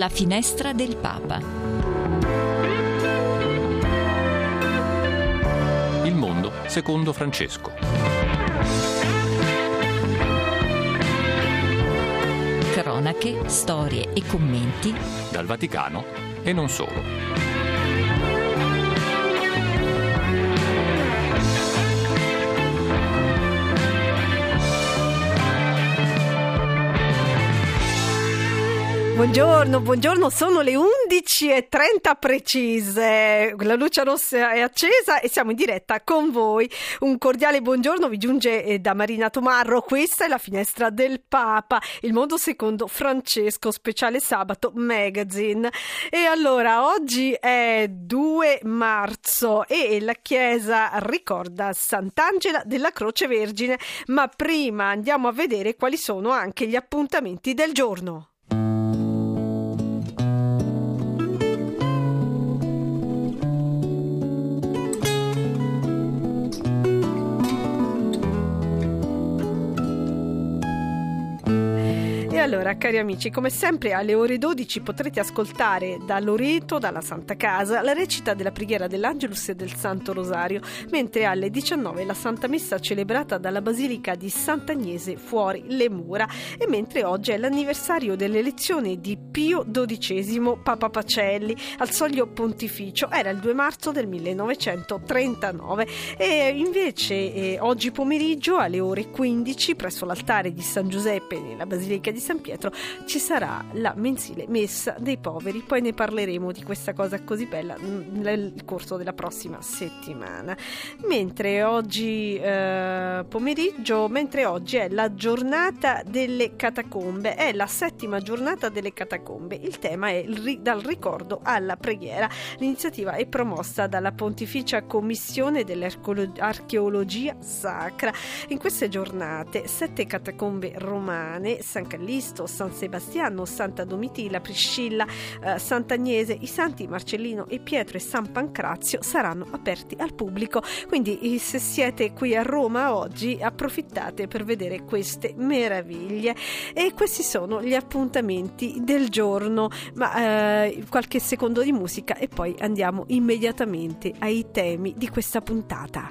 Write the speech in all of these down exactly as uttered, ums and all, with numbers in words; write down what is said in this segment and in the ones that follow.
La finestra del Papa. Il mondo secondo Francesco. Cronache, storie e commenti Dal Vaticano e non solo. Buongiorno, buongiorno, sono le undici e trenta precise, la luce rossa è accesa e siamo in diretta con voi. Un cordiale buongiorno vi giunge da Marina Tomarro, questa è la finestra del Papa, il mondo secondo Francesco, speciale sabato magazine. E allora, oggi è due marzo e la Chiesa ricorda Sant'Angela della Croce Vergine, ma prima andiamo a vedere quali sono anche gli appuntamenti del giorno. E allora, cari amici, come sempre alle ore dodici potrete ascoltare da Loreto, dalla Santa Casa, la recita della preghiera dell'Angelus e del Santo Rosario, mentre alle diciannove la Santa Messa celebrata dalla Basilica di Sant'Agnese fuori le mura, e mentre oggi è l'anniversario dell'elezione di Pio dodicesimo Papa Pacelli al soglio pontificio, era il due marzo del millenovecentotrentanove, e invece eh, oggi pomeriggio alle ore quindici presso l'altare di San Giuseppe nella Basilica di San Pietro ci sarà la mensile messa dei poveri. Poi ne parleremo di questa cosa così bella nel corso della prossima settimana. Mentre oggi eh, pomeriggio, mentre oggi è la giornata delle catacombe, è la settima giornata delle catacombe. Il tema è il ri- dal ricordo alla preghiera. L'iniziativa è promossa dalla Pontificia Commissione dell'Archeologia Sacra. In queste giornate sette catacombe romane, San Callisto, San Sebastiano, Santa Domitilla, Priscilla, eh, Sant'Agnese, i santi Marcellino e Pietro e San Pancrazio saranno aperti al pubblico, quindi se siete qui a Roma oggi approfittate per vedere queste meraviglie. E questi sono gli appuntamenti del giorno, ma eh, qualche secondo di musica e poi andiamo immediatamente ai temi di questa puntata.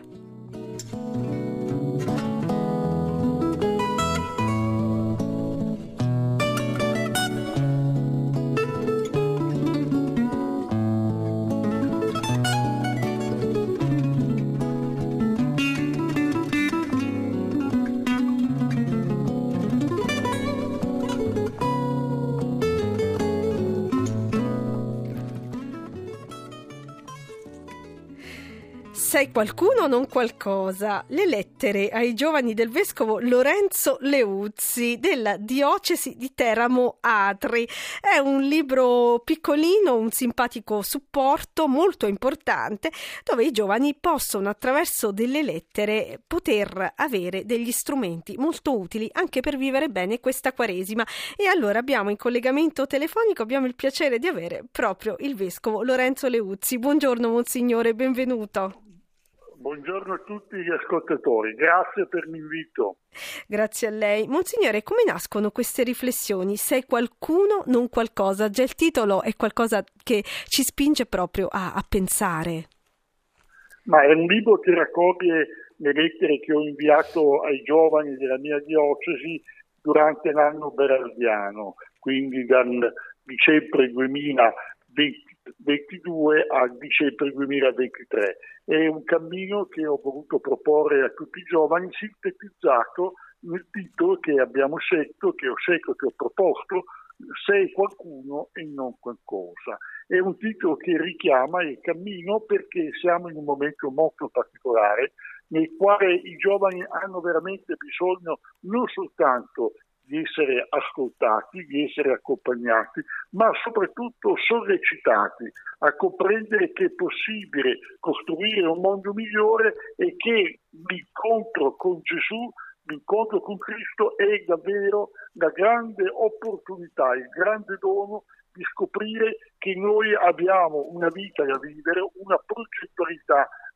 Sei qualcuno o non qualcosa? Le lettere ai giovani del vescovo Lorenzo Leuzzi della diocesi di Teramo Atri. È un libro piccolino, un simpatico supporto molto importante dove i giovani possono attraverso delle lettere poter avere degli strumenti molto utili anche per vivere bene questa Quaresima. E allora abbiamo in collegamento telefonico, abbiamo il piacere di avere proprio il vescovo Lorenzo Leuzzi. Buongiorno Monsignore, benvenuto. Buongiorno a tutti gli ascoltatori, grazie per l'invito. Grazie a lei. Monsignore, come nascono queste riflessioni? Sei qualcuno, non qualcosa. Già il titolo è qualcosa che ci spinge proprio a, a pensare. Ma è un libro che raccoglie le lettere che ho inviato ai giovani della mia diocesi durante l'anno berardiano, quindi dal dicembre duemilaventidue al dicembre duemilaventitré. È un cammino che ho voluto proporre a tutti i giovani, sintetizzato nel titolo che abbiamo scelto, che ho scelto, che ho proposto, Sei qualcuno e non qualcosa. È un titolo che richiama il cammino perché siamo in un momento molto particolare nel quale i giovani hanno veramente bisogno non soltanto di essere ascoltati, di essere accompagnati, ma soprattutto sollecitati a comprendere che è possibile costruire un mondo migliore e che l'incontro con Gesù, l'incontro con Cristo è davvero la grande opportunità, il grande dono di scoprire che noi abbiamo una vita da vivere, una progettualità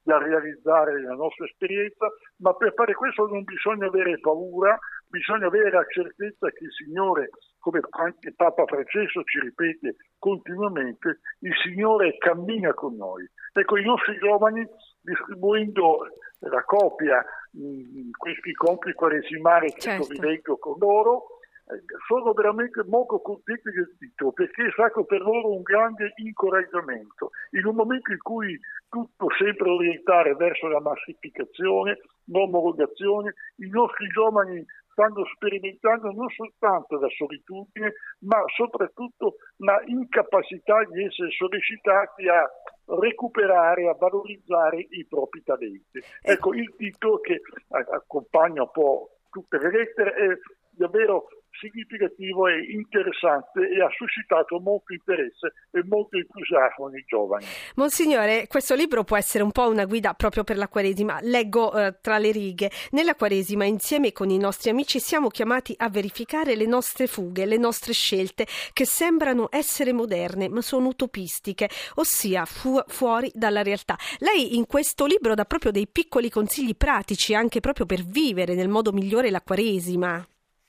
da realizzare nella nostra esperienza, ma per fare questo non bisogna avere paura, bisogna avere la certezza che il Signore, come anche Papa Francesco ci ripete continuamente, il Signore cammina con noi. Ecco, i nostri giovani, distribuendo la copia in questi incontri quaresimali che certo. condivido con loro, sono veramente molto contenti del titolo, perché è stato per loro un grande incoraggiamento in un momento in cui tutto sembra orientare verso la massificazione, l'omologazione. I nostri giovani stanno sperimentando non soltanto la solitudine, ma soprattutto la incapacità di essere sollecitati a recuperare, a valorizzare i propri talenti. Ecco, il titolo che accompagna un po' tutte le lettere è davvero significativo e interessante e ha suscitato molto interesse e molto entusiasmo nei giovani. Monsignore, questo libro può essere un po' una guida proprio per la Quaresima. Leggo eh, tra le righe: nella Quaresima, insieme con i nostri amici, siamo chiamati a verificare le nostre fughe, le nostre scelte, che sembrano essere moderne ma sono utopistiche, ossia fu- fuori dalla realtà. Lei in questo libro dà proprio dei piccoli consigli pratici anche proprio per vivere nel modo migliore la Quaresima.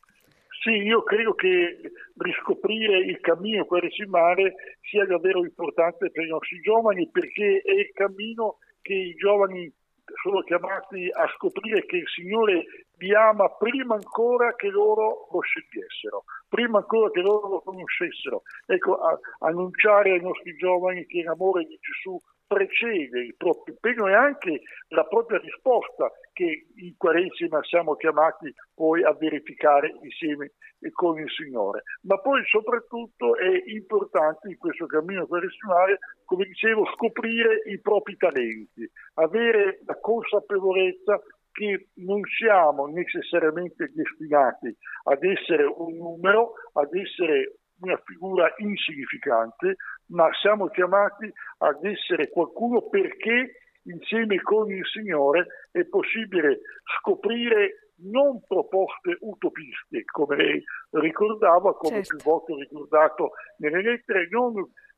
Sì, io credo che riscoprire il cammino quaresimale sia davvero importante per i nostri giovani, perché è il cammino che i giovani sono chiamati a scoprire, che il Signore li ama prima ancora che loro lo scegliessero, prima ancora che loro lo conoscessero. Ecco, a, annunciare ai nostri giovani che l'amore di Gesù precede il proprio impegno e anche la propria risposta, che in Quaresima siamo chiamati poi a verificare insieme con il Signore. Ma poi soprattutto è importante in questo cammino quaresimale, come dicevo, scoprire i propri talenti, avere la consapevolezza che non siamo necessariamente destinati ad essere un numero, ad essere una figura insignificante, ma siamo chiamati ad essere qualcuno, perché insieme con il Signore è possibile scoprire non proposte utopiste, come lei ricordava, come certo. più volte ricordato nelle lettere, non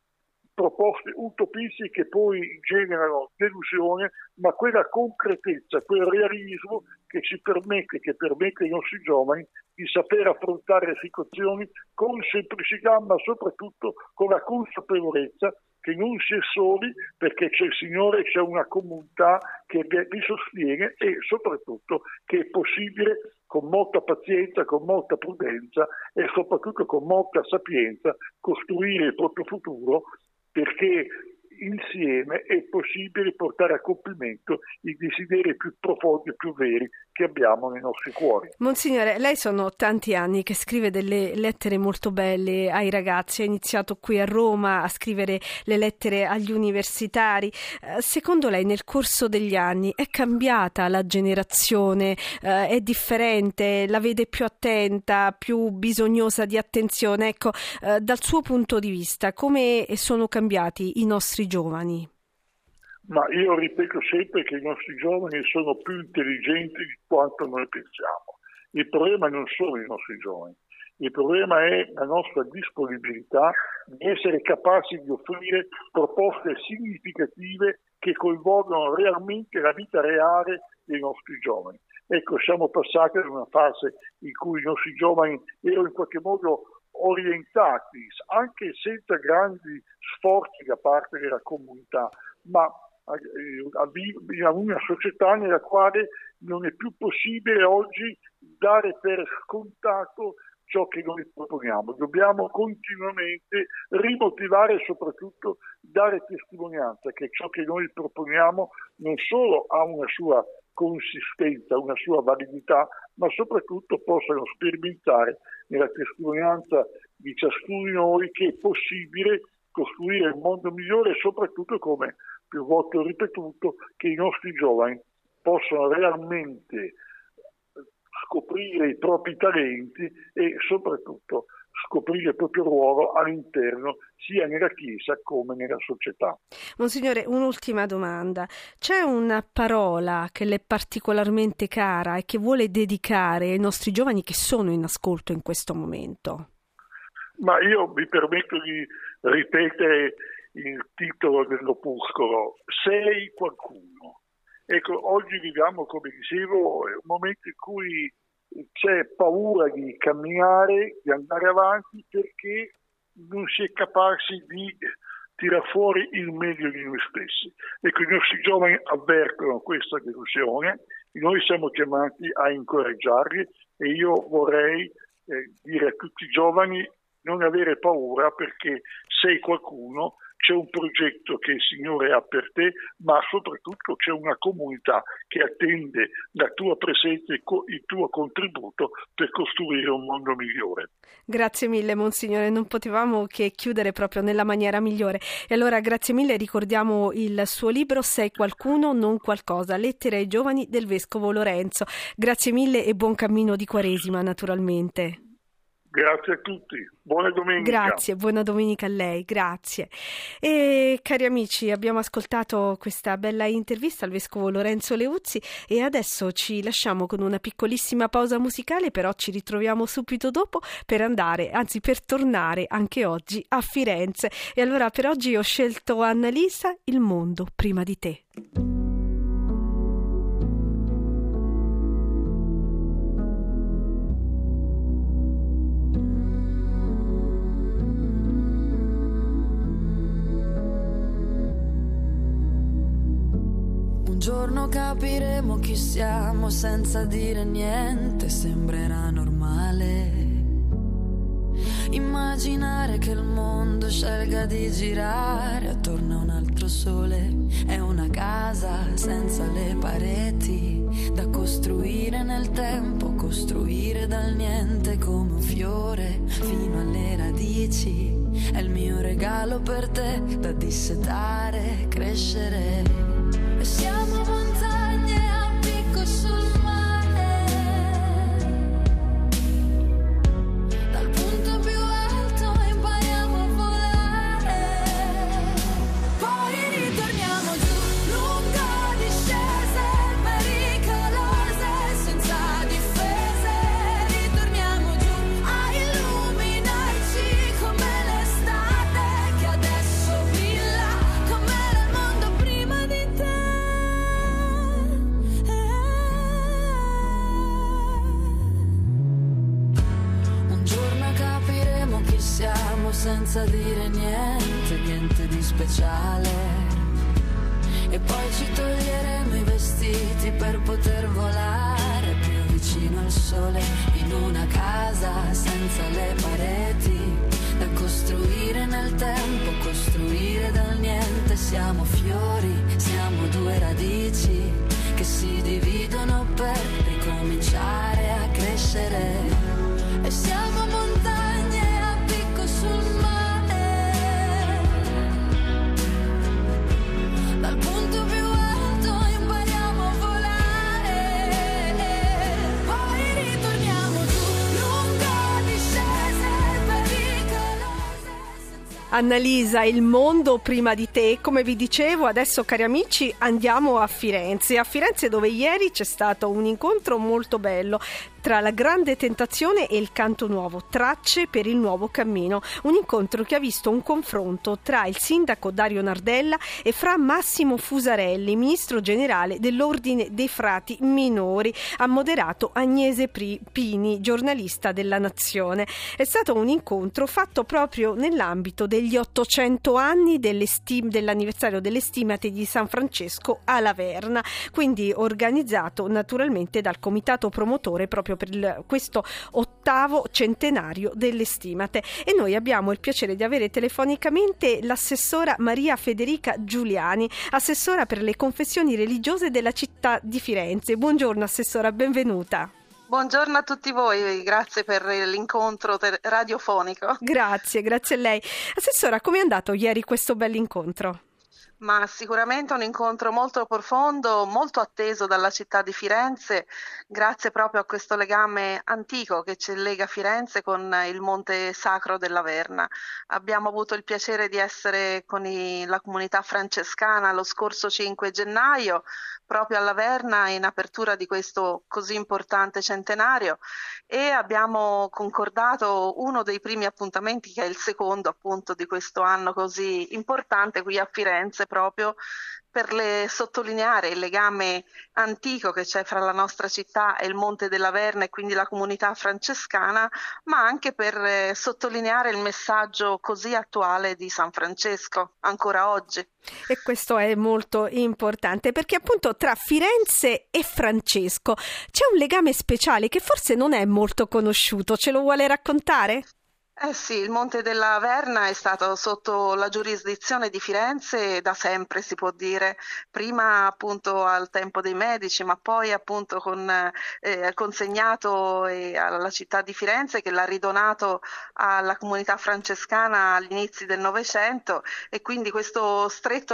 proposte utopistiche che poi generano delusione, ma quella concretezza, quel realismo che ci permette, che permette ai nostri giovani di saper affrontare le situazioni con semplicità, ma soprattutto con la consapevolezza che non si è soli, perché c'è il Signore, c'è una comunità che li sostiene, e soprattutto che è possibile con molta pazienza, con molta prudenza e soprattutto con molta sapienza costruire il proprio futuro, perché insieme è possibile portare a compimento i desideri più profondi e più veri che abbiamo nei nostri cuori. Monsignore, lei sono tanti anni che scrive delle lettere molto belle ai ragazzi, ha iniziato qui a Roma a scrivere le lettere agli universitari. Secondo lei nel corso degli anni è cambiata la generazione, eh, è differente, la vede più attenta, più bisognosa di attenzione? Ecco, eh, dal suo punto di vista, come sono cambiati i nostri giovani? Ma io ripeto sempre che i nostri giovani sono più intelligenti di quanto noi pensiamo. Il problema non sono i nostri giovani, il problema è la nostra disponibilità di essere capaci di offrire proposte significative che coinvolgono realmente la vita reale dei nostri giovani. Ecco, siamo passati da una fase in cui i nostri giovani erano in qualche modo orientati, anche senza grandi sforzi da parte della comunità, ma a una società nella quale non è più possibile oggi dare per scontato ciò che noi proponiamo. Dobbiamo continuamente rimotivare e soprattutto dare testimonianza che ciò che noi proponiamo non solo ha una sua consistenza, una sua validità, ma soprattutto possano sperimentare nella testimonianza di ciascuno di noi che è possibile costruire un mondo migliore, e soprattutto, come più volte ho ripetuto, che i nostri giovani possano realmente scoprire i propri talenti e soprattutto scoprire il proprio ruolo all'interno sia nella Chiesa come nella società. Monsignore, un'ultima domanda. C'è una parola che le è particolarmente cara e che vuole dedicare ai nostri giovani che sono in ascolto in questo momento? Ma io mi permetto di ripetere il titolo dell'opuscolo: sei qualcuno. Ecco, oggi viviamo, come dicevo, un momento in cui c'è paura di camminare, di andare avanti, perché non si è capaci di tirare fuori il meglio di noi stessi. Ecco, i nostri giovani avvertono questa delusione, noi siamo chiamati a incoraggiarli e io vorrei eh, dire a tutti i giovani non avere paura, perché sei qualcuno, c'è un progetto che il Signore ha per te, ma soprattutto c'è una comunità che attende la tua presenza e il tuo contributo per costruire un mondo migliore. Grazie mille, Monsignore, non potevamo che chiudere proprio nella maniera migliore. E allora grazie mille, ricordiamo il suo libro Sei qualcuno, non qualcosa, lettere ai giovani del Vescovo Lorenzo. Grazie mille e buon cammino di Quaresima, naturalmente. Grazie a tutti, buona domenica. Grazie, buona domenica a lei, grazie. E cari amici, abbiamo ascoltato questa bella intervista al Vescovo Lorenzo Leuzzi e adesso ci lasciamo con una piccolissima pausa musicale, però ci ritroviamo subito dopo per andare, anzi per tornare anche oggi a Firenze. E allora per oggi ho scelto Annalisa, Il mondo prima di te. Un giorno capiremo chi siamo senza dire niente, sembrerà normale immaginare che il mondo scelga di girare attorno a un altro sole. È una casa senza le pareti da costruire nel tempo, costruire dal niente come un fiore fino alle radici. È il mio regalo per te da dissetare, crescere. E siamo montagne a picco sul mare, dal punto più alto impariamo a volare, poi ritorniamo giù, lungo discese pericolose, senza difese, ritorniamo giù a illuminarci come l'estate che adesso brilla, come era il mondo prima di te. Senza dire niente, niente di speciale. E poi ci toglieremo i vestiti per poter volare più vicino al sole, in una casa senza le pareti da costruire nel tempo, costruire dal niente. Siamo fiori, siamo due radici che si dividono per ricominciare a crescere. E siamo montagne a picco sul mare, dal punto più alto impariamo a volare, poi ritorniamo giù, lungo discese pericolose. Annalisa, Il mondo prima di te. Come vi dicevo, adesso cari amici andiamo a Firenze, a Firenze dove ieri c'è stato un incontro molto bello tra la Grande Tentazione e il Canto Nuovo, Tracce per il Nuovo Cammino, un incontro che ha visto un confronto tra il sindaco Dario Nardella e fra Massimo Fusarelli, ministro generale dell'Ordine dei Frati Minori. Ha moderato Agnese Pini, giornalista della Nazione. È stato un incontro fatto proprio nell'ambito degli ottocento anni delle stim- dell'anniversario delle Stimate di San Francesco a Laverna, quindi organizzato naturalmente dal comitato promotore proprio per il, questo ottavo centenario delle Stimate. E noi abbiamo il piacere di avere telefonicamente l'assessora Maria Federica Giuliani, assessora per le confessioni religiose della città di Firenze. Buongiorno assessora, benvenuta. Buongiorno a tutti voi, grazie per l'incontro radiofonico. Grazie, grazie a lei. Assessora, come è andato ieri questo bell'incontro? Ma sicuramente un incontro molto profondo, molto atteso dalla città di Firenze, grazie proprio a questo legame antico che ci lega Firenze con il Monte Sacro della Verna. Abbiamo avuto il piacere di essere con i, la comunità francescana lo scorso cinque gennaio, proprio alla Verna, in apertura di questo così importante centenario, e abbiamo concordato uno dei primi appuntamenti, che è il secondo appunto di questo anno così importante qui a Firenze, proprio per le, sottolineare il legame antico che c'è fra la nostra città e il Monte della Verna e quindi la comunità francescana, ma anche per eh, sottolineare il messaggio così attuale di San Francesco ancora oggi. E questo è molto importante perché appunto tra Firenze e Francesco c'è un legame speciale che forse non è molto conosciuto. Ce lo vuole raccontare? Eh sì, il Monte della Verna è stato sotto la giurisdizione di Firenze da sempre, si può dire, prima appunto al tempo dei Medici, ma poi appunto con, eh, consegnato eh, alla città di Firenze, che l'ha ridonato alla comunità francescana agli inizi del Novecento, e quindi questo stretto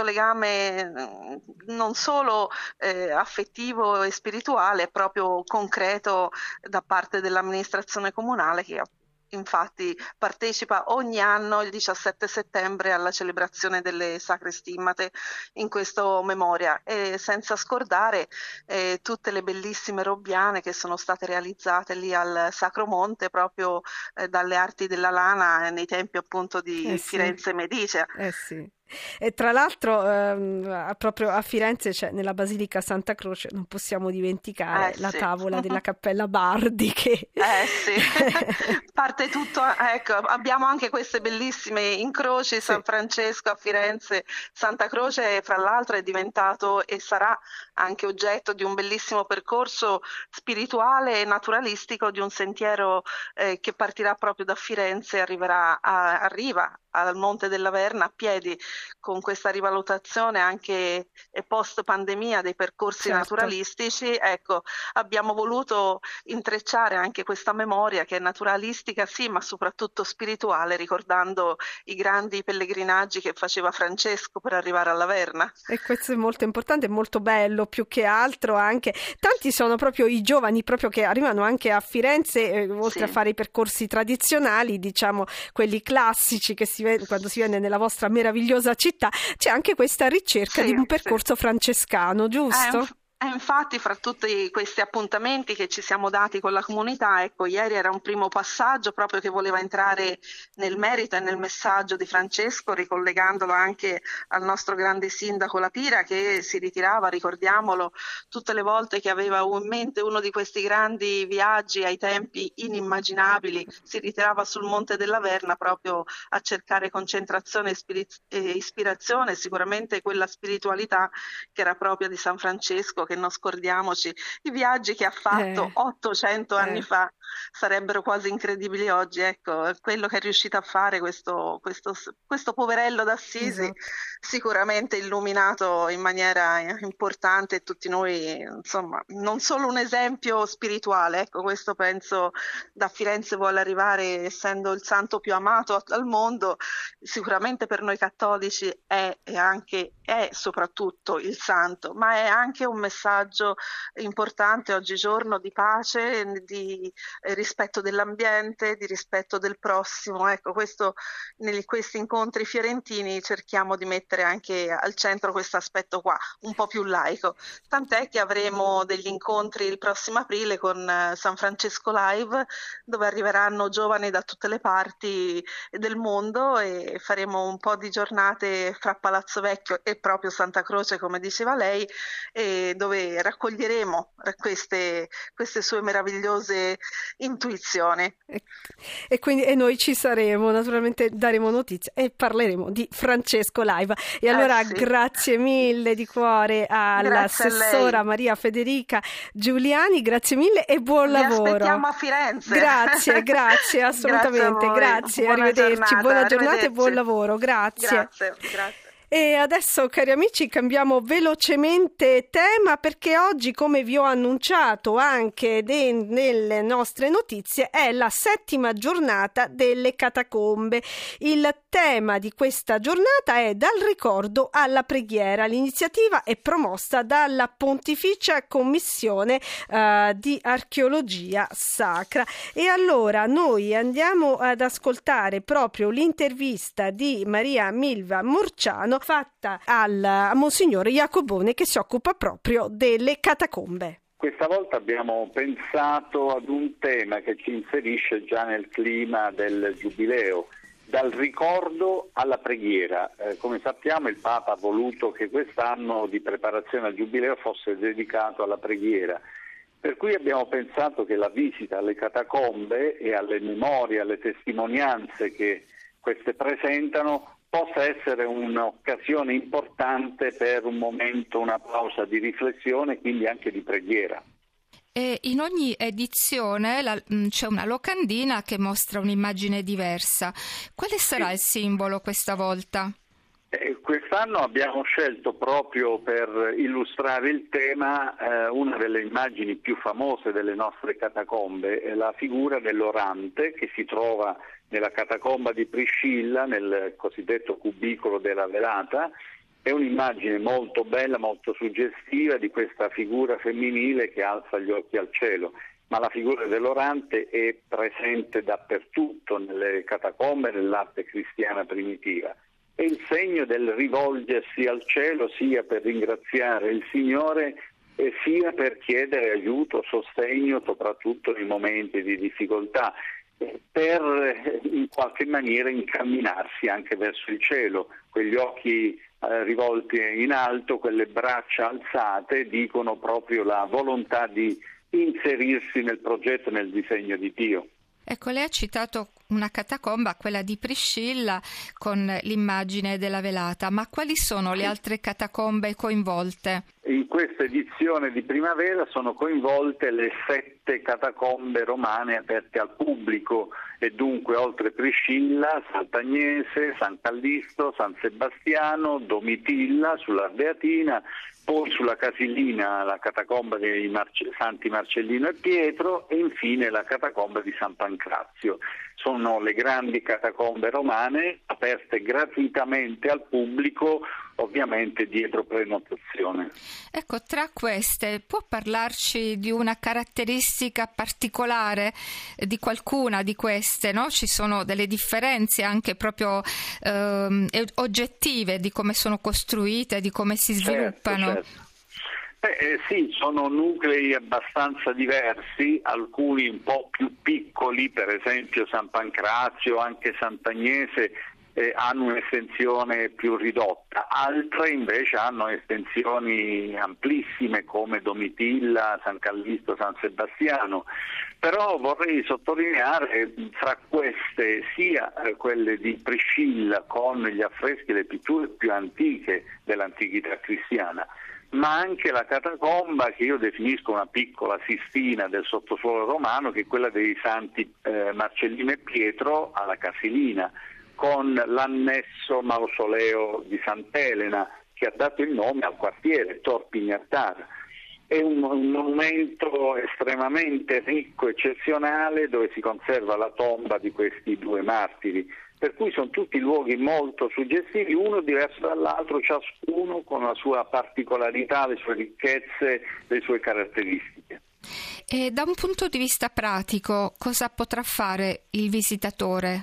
legame non solo eh, affettivo e spirituale, è proprio concreto da parte dell'amministrazione comunale, che infatti partecipa ogni anno il diciassette settembre alla celebrazione delle Sacre Stimmate in questo memoria, e senza scordare eh, tutte le bellissime robbiane che sono state realizzate lì al Sacro Monte proprio eh, dalle arti della lana nei tempi appunto di eh sì. Firenze Medicea. Eh sì. E tra l'altro ehm, proprio a Firenze c'è, nella Basilica Santa Croce, non possiamo dimenticare eh la sì. tavola della Cappella Bardi che eh sì parte tutto, ecco, abbiamo anche queste bellissime incroci, sì. San Francesco a Firenze, Santa Croce fra l'altro è diventato e sarà anche oggetto di un bellissimo percorso spirituale e naturalistico di un sentiero eh, che partirà proprio da Firenze e arriverà a, arriva al Monte della Verna a piedi, con questa rivalutazione anche post pandemia dei percorsi certo. naturalistici. Ecco, abbiamo voluto intrecciare anche questa memoria che è naturalistica sì, ma soprattutto spirituale, ricordando i grandi pellegrinaggi che faceva Francesco per arrivare alla Verna. E questo è molto importante, molto bello, più che altro anche tanti sono proprio i giovani proprio che arrivano anche a Firenze eh, oltre sì. a fare i percorsi tradizionali, diciamo quelli classici che si quando si viene nella vostra meravigliosa città, c'è anche questa ricerca sì, di un percorso sì. francescano, giusto? Eh, E infatti fra tutti questi appuntamenti che ci siamo dati con la comunità, ecco, ieri era un primo passaggio proprio che voleva entrare nel merito e nel messaggio di Francesco, ricollegandolo anche al nostro grande sindaco La Pira, che si ritirava, ricordiamolo, tutte le volte che aveva in mente uno di questi grandi viaggi ai tempi inimmaginabili, si ritirava sul Monte della Verna proprio a cercare concentrazione e ispirazione, sicuramente quella spiritualità che era propria di San Francesco, che non scordiamoci, i viaggi che ha fatto eh, ottocento anni eh. fa sarebbero quasi incredibili oggi. Ecco, quello che è riuscito a fare questo, questo, questo poverello d'Assisi, esatto. sicuramente illuminato in maniera importante, e tutti noi, insomma, non solo un esempio spirituale, ecco, questo penso da Firenze vuole arrivare, essendo il santo più amato al mondo, sicuramente per noi cattolici è, è anche, è soprattutto il santo, ma è anche un messaggio messaggio importante oggigiorno di pace, di rispetto dell'ambiente, di rispetto del prossimo. Ecco, questo negli questi incontri fiorentini cerchiamo di mettere anche al centro questo aspetto qua, un po' più laico. Tant'è che avremo degli incontri il prossimo aprile con San Francesco Live, dove arriveranno giovani da tutte le parti del mondo e faremo un po' di giornate fra Palazzo Vecchio e proprio Santa Croce, come diceva lei, e dove raccoglieremo queste, queste sue meravigliose intuizioni. E, e quindi e noi ci saremo, naturalmente daremo notizie e parleremo di Francesco Live. E allora eh sì. grazie mille di cuore all'assessora Maria Federica Giuliani, grazie mille e buon Vi lavoro. Vi aspettiamo a Firenze. Grazie, grazie, assolutamente, grazie, grazie. Buona arrivederci, giornata, buona giornata arrivederci. E buon lavoro, grazie. Grazie, grazie. E adesso, cari amici, cambiamo velocemente tema, perché oggi, come vi ho annunciato anche de- nelle nostre notizie, è la settima giornata delle catacombe. Il tema di questa giornata è Dal ricordo alla preghiera. L'iniziativa è promossa dalla Pontificia Commissione uh, di Archeologia Sacra. E allora noi andiamo ad ascoltare proprio l'intervista di Maria Milva Murciano fatta al a Monsignore Iacobone, che si occupa proprio delle catacombe. Questa volta abbiamo pensato ad un tema che ci inserisce già nel clima del Giubileo, dal ricordo alla preghiera. Eh, come sappiamo il Papa ha voluto che quest'anno di preparazione al Giubileo fosse dedicato alla preghiera, per cui abbiamo pensato che la visita alle catacombe e alle memorie, alle testimonianze che queste presentano possa essere un'occasione importante per un momento, una pausa di riflessione e quindi anche di preghiera. E in ogni edizione la, c'è una locandina che mostra un'immagine diversa. Quale sarà il simbolo questa volta? Eh, quest'anno abbiamo scelto proprio per illustrare il tema eh, una delle immagini più famose delle nostre catacombe, è la figura dell'orante che si trova nella catacomba di Priscilla, nel cosiddetto cubicolo della velata. È un'immagine molto bella, molto suggestiva di questa figura femminile che alza gli occhi al cielo, ma la figura dell'orante è presente dappertutto nelle catacombe, nell'arte cristiana primitiva. È il segno del rivolgersi al cielo sia per ringraziare il Signore e sia per chiedere aiuto, sostegno, soprattutto nei momenti di difficoltà, per in qualche maniera incamminarsi anche verso il cielo. Quegli occhi eh, rivolti in alto, quelle braccia alzate, dicono proprio la volontà di inserirsi nel progetto, nel disegno di Dio. Ecco, lei ha citato una catacomba, quella di Priscilla, con l'immagine della velata, ma quali sono le altre catacombe coinvolte? In questa edizione di primavera sono coinvolte le sette catacombe romane aperte al pubblico e dunque oltre Priscilla, Sant'Agnese, San Callisto, San Sebastiano, Domitilla sull'Ardeatina, poi sulla Casilina la catacomba dei Marce- Santi Marcellino e Pietro e infine la catacomba di San Pancrazio. Sono le grandi catacombe romane aperte gratuitamente al pubblico, ovviamente dietro prenotazione. Ecco, tra queste può parlarci di una caratteristica particolare di qualcuna di queste, no? Ci sono delle differenze anche proprio ehm, oggettive di come sono costruite, di come si sviluppano. Certo, certo. Beh, eh, sì, sono nuclei abbastanza diversi, alcuni un po' più piccoli, per esempio San Pancrazio, anche Sant'Agnese eh, hanno un'estensione più ridotta, altre invece hanno estensioni amplissime come Domitilla, San Callisto, San Sebastiano. Però vorrei sottolineare fra queste sia quelle di Priscilla con gli affreschi e le pitture più antiche dell'antichità cristiana, ma anche la catacomba che io definisco una piccola Sistina del sottosuolo romano, che è quella dei Santi eh, Marcellino e Pietro alla Casilina, con l'annesso mausoleo di Sant'Elena che ha dato il nome al quartiere, Tor Pignattar. È un, un monumento estremamente ricco, eccezionale, dove si conserva la tomba di questi due martiri, per cui sono tutti luoghi molto suggestivi, uno diverso dall'altro, ciascuno con la sua particolarità, le sue ricchezze, le sue caratteristiche. E da un punto di vista pratico, cosa potrà fare il visitatore?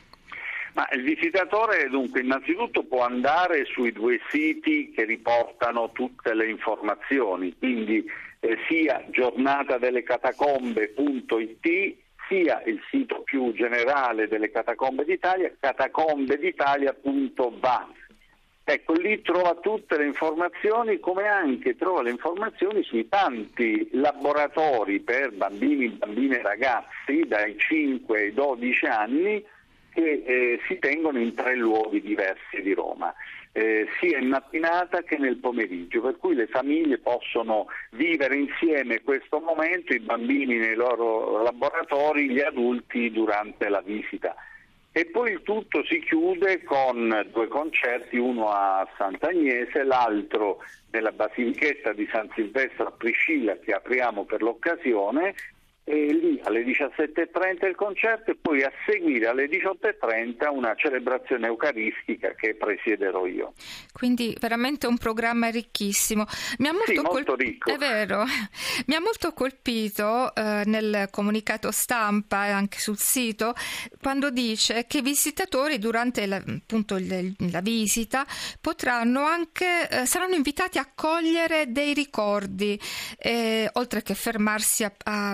Ma il visitatore dunque innanzitutto può andare sui due siti che riportano tutte le informazioni, quindi eh, sia giornata delle catacombe punto it, sia il sito più generale delle Catacombe d'Italia, catacombe d'italia punto va. Ecco, lì trova tutte le informazioni, come anche trova le informazioni sui tanti laboratori per bambini, bambine e ragazzi dai cinque ai dodici anni che eh, si tengono in tre luoghi diversi di Roma, eh, sia in mattinata che nel pomeriggio, per cui le famiglie possono vivere insieme questo momento, i bambini nei loro laboratori, gli adulti durante la visita. E poi il tutto si chiude con due concerti, uno a Sant'Agnese, l'altro nella Basilichetta di San Silvestro a Priscilla, che apriamo per l'occasione, e lì alle diciassette e trenta il concerto e poi a seguire alle diciotto e trenta una celebrazione eucaristica che presiederò io. Quindi veramente un programma ricchissimo. Mi ha molto, sì, molto col... ricco. È vero. Mi ha molto colpito eh, nel comunicato stampa e anche sul sito quando dice che i visitatori durante la, appunto il, la visita potranno anche eh, saranno invitati a cogliere dei ricordi eh, oltre che fermarsi a, a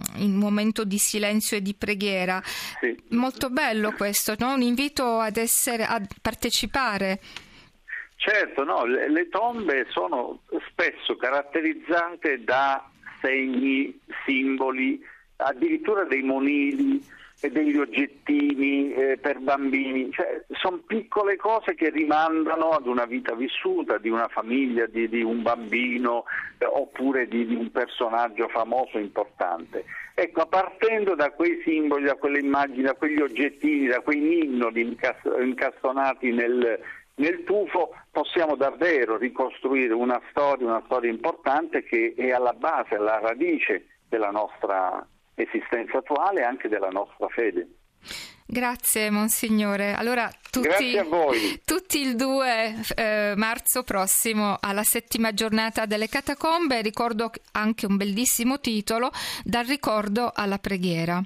in un momento di silenzio e di preghiera. Sì. Molto bello questo, no? Un invito ad essere, a partecipare. Certo, no, le, le tombe sono spesso caratterizzate da segni, simboli, addirittura dei monili e degli oggettini eh, per bambini, cioè sono piccole cose che rimandano ad una vita vissuta, di una famiglia, di, di un bambino eh, oppure di, di un personaggio famoso importante. Ecco, partendo da quei simboli, da quelle immagini, da quegli oggettini, da quei ninnoli incast- incastonati nel, nel tufo, possiamo davvero ricostruire una storia, una storia importante che è alla base, alla radice della nostra esistenza attuale e anche della nostra fede. Grazie Monsignore. Allora tutti, Grazie a voi. Tutti il due eh, marzo prossimo alla settima giornata delle catacombe, ricordo anche un bellissimo titolo, Dal ricordo alla preghiera.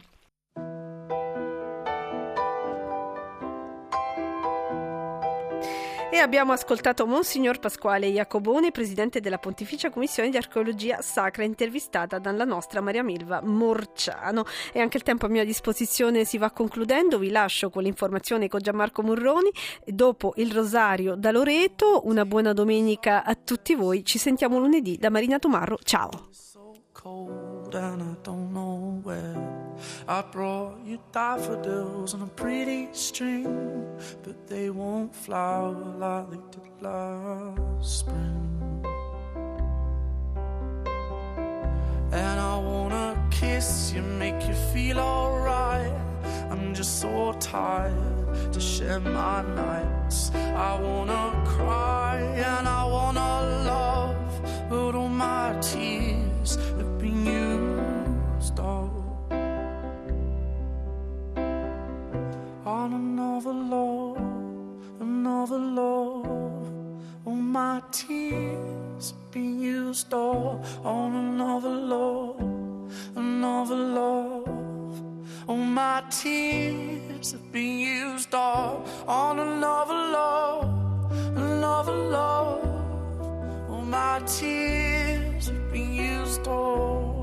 E abbiamo ascoltato Monsignor Pasquale Iacoboni, presidente della Pontificia Commissione di Archeologia Sacra, intervistata dalla nostra Maria Milva Morciano. E anche il tempo a mia disposizione si va concludendo. Vi lascio con l'informazione con Gianmarco Murroni. Dopo il Rosario da Loreto, una buona domenica a tutti voi. Ci sentiamo lunedì da Marina Tomarro. Ciao. Cold and I don't know where. I brought you daffodils on a pretty string, but they won't flower like they did last spring. And I wanna kiss you, make you feel alright. I'm just so tired to share my nights. I wanna cry and I wanna love, but all my tears have been used up on another love, another love. All my tears have been used up on another love, another love. All my tears have been used up on another love, another love. All my tears have been used up.